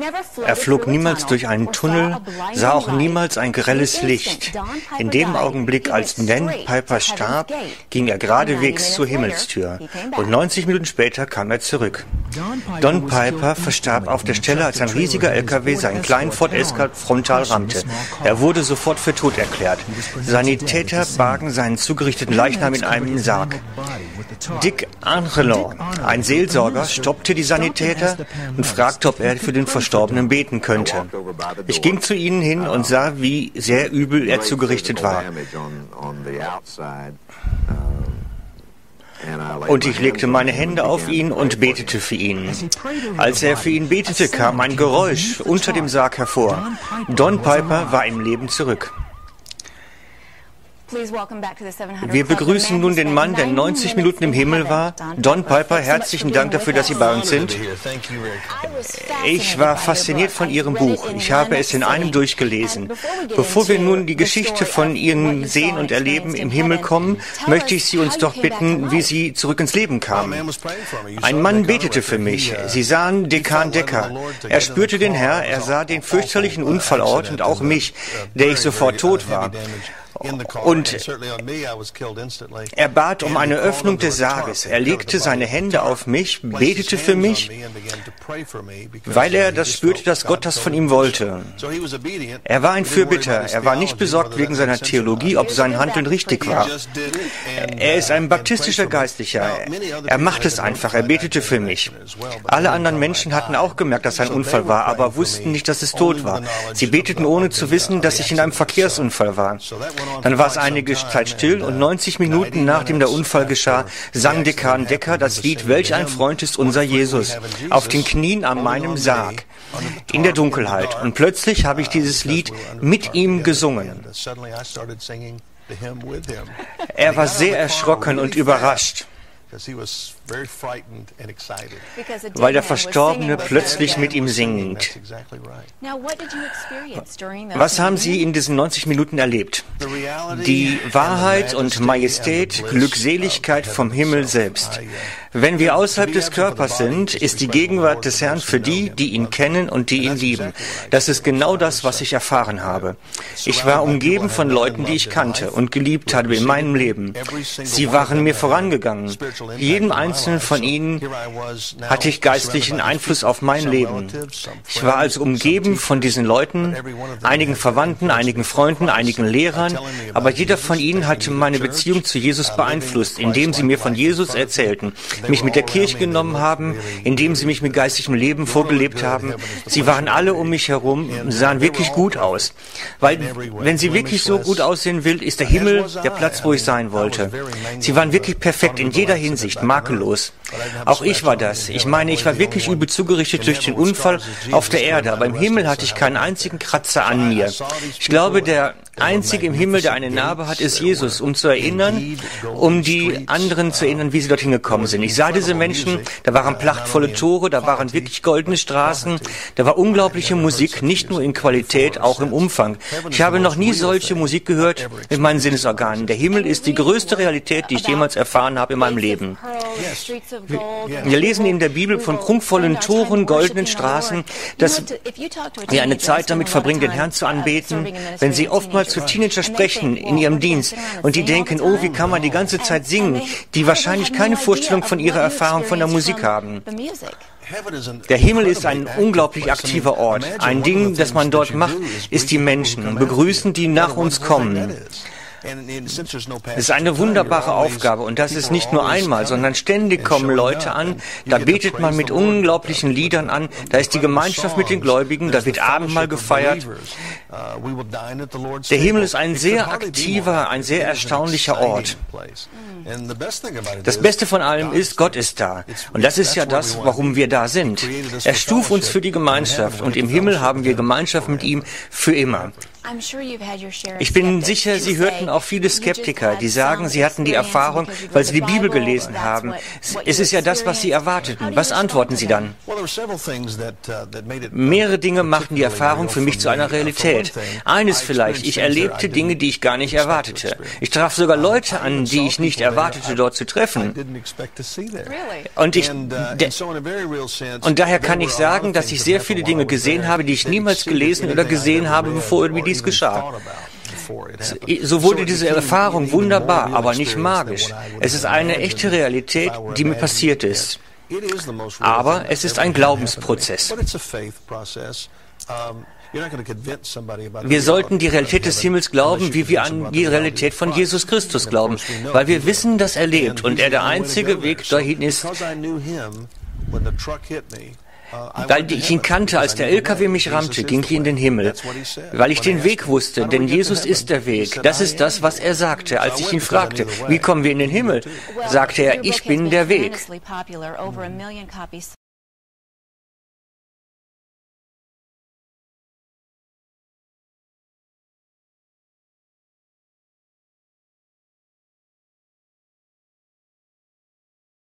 Er flog niemals durch einen Tunnel, sah auch niemals ein grelles Licht. In dem Augenblick, als Dan Piper starb, ging er geradewegs zur Himmelstür. Und 90 Minuten später kam er zurück. Don Piper verstarb auf der Stelle, als ein riesiger LKW seinen kleinen Ford Escort frontal rammte. Er wurde sofort für tot erklärt. Sanitäter bargen seinen zugerichteten Leichnam in einem Sarg. Dick Angelon, ein Seelsorger, stoppte die Sanitäter und fragte, ob er für den Verstorbenen beten könnte. Ich ging zu ihnen hin und sah, wie sehr übel er zugerichtet war. Und ich legte meine Hände auf ihn und betete für ihn. Als er für ihn betete, kam ein Geräusch unter dem Sarg hervor. Don Piper war im Leben zurück. Wir begrüßen nun den Mann, der 90 Minuten im Himmel war. Don Piper, herzlichen Dank dafür, dass Sie bei uns sind. Ich war fasziniert von Ihrem Buch. Ich habe es in einem durchgelesen. Bevor wir nun die Geschichte von Ihrem Sehen und Erleben im Himmel kommen, möchte ich Sie uns doch bitten, wie Sie zurück ins Leben kamen. Ein Mann betete für mich. Sie sahen Dekan Decker. Er spürte den Herr, er sah den fürchterlichen Unfallort und auch mich, der ich sofort tot war. Und er bat um eine Öffnung des Sarges. Er legte seine Hände auf mich, betete für mich, weil er das spürte, dass Gott das von ihm wollte. Er war ein Fürbitter. Er war nicht besorgt wegen seiner Theologie, ob sein Handeln richtig war. Er ist ein baptistischer Geistlicher. Er macht es einfach. Er betete für mich. Alle anderen Menschen hatten auch gemerkt, dass ein Unfall war, aber wussten nicht, dass es tot war. Sie beteten, ohne zu wissen, dass ich in einem Verkehrsunfall war. Dann war es einige Zeit still und 90 Minuten nachdem der Unfall geschah, sang Dekan Decker das Lied »Welch ein Freund ist unser Jesus« auf den Knien an meinem Sarg, in der Dunkelheit. Und plötzlich habe ich dieses Lied mit ihm gesungen. Er war sehr erschrocken und überrascht, weil der Verstorbene plötzlich mit ihm singt. Was haben Sie in diesen 90 Minuten erlebt? Die Wahrheit und Majestät, Glückseligkeit vom Himmel selbst. Wenn wir außerhalb des Körpers sind, ist die Gegenwart des Herrn für die, die ihn kennen und die ihn lieben. Das ist genau das, was ich erfahren habe. Ich war umgeben von Leuten, die ich kannte und geliebt habe in meinem Leben. Sie waren mir vorangegangen. Jedem einzelnen von ihnen hatte ich geistlichen Einfluss auf mein Leben. Ich war also umgeben von diesen Leuten, einigen Verwandten, einigen Freunden, einigen Lehrern, aber jeder von ihnen hatte meine Beziehung zu Jesus beeinflusst, indem sie mir von Jesus erzählten, mich mit der Kirche genommen haben, indem sie mich mit geistigem Leben vorgelebt haben. Sie waren alle um mich herum, sahen wirklich gut aus. Weil, wenn sie wirklich so gut aussehen will, ist der Himmel der Platz, wo ich sein wollte. Sie waren wirklich perfekt in jeder Hinsicht, makellos. Auch ich war das. Ich meine, ich war wirklich übel zugerichtet durch den Unfall auf der Erde, aber im Himmel hatte ich keinen einzigen Kratzer an mir. Ich glaube, der Einzige im Himmel, der eine Narbe hat, ist Jesus, um zu erinnern, um die anderen zu erinnern, wie sie dorthin gekommen sind. Ich sah diese Menschen, da waren prachtvolle Tore, da waren wirklich goldene Straßen, da war unglaubliche Musik, nicht nur in Qualität, auch im Umfang. Ich habe noch nie solche Musik gehört mit meinen Sinnesorganen. Der Himmel ist die größte Realität, die ich jemals erfahren habe in meinem Leben. Wir lesen in der Bibel von prunkvollen Toren, goldenen Straßen, dass wir eine Zeit damit verbringen, den Herrn zu anbeten. Wenn Sie oftmals zu Teenager sprechen in ihrem Dienst und die denken, oh, wie kann man die ganze Zeit singen, die wahrscheinlich keine Vorstellung von ihrer Erfahrung von der Musik haben. Der Himmel ist ein unglaublich aktiver Ort. Ein Ding, das man dort macht, ist die Menschen begrüßen, die nach uns kommen. Es ist eine wunderbare Aufgabe und das ist nicht nur einmal, sondern ständig kommen Leute an, da betet man mit unglaublichen Liedern an, da ist die Gemeinschaft mit den Gläubigen, da wird Abendmahl gefeiert. Der Himmel ist ein sehr aktiver, ein sehr erstaunlicher Ort. Das Beste von allem ist, Gott ist da. Und das ist ja das, warum wir da sind. Er schuf uns für die Gemeinschaft und im Himmel haben wir Gemeinschaft mit ihm für immer. Ich bin sicher, Sie hörten auch viele Skeptiker, die sagen, sie hatten die Erfahrung, weil sie die Bibel gelesen haben. Es ist ja das, was sie erwarteten. Was antworten Sie dann? Mehrere Dinge machten die Erfahrung für mich zu einer Realität. Eines vielleicht, ich erlebte Dinge, die ich gar nicht erwartete. Ich traf sogar Leute an, die ich nicht erwartete, dort zu treffen. Und daher kann ich sagen, dass ich sehr viele Dinge gesehen habe, die ich niemals gelesen oder gesehen habe, bevor mir dies geschah. So wurde diese Erfahrung wunderbar, aber nicht magisch. Es ist eine echte Realität, die mir passiert ist. Aber es ist ein Glaubensprozess. Wir sollten die Realität des Himmels glauben, wie wir an die Realität von Jesus Christus glauben, weil wir wissen, dass er lebt und er der einzige Weg dahin ist. Weil ich ihn kannte, als der LKW mich rammte, ging ich in den Himmel. Weil ich den Weg wusste, denn Jesus ist der Weg. Das ist das, was er sagte, als ich ihn fragte, wie kommen wir in den Himmel? Sagte er, ich bin der Weg.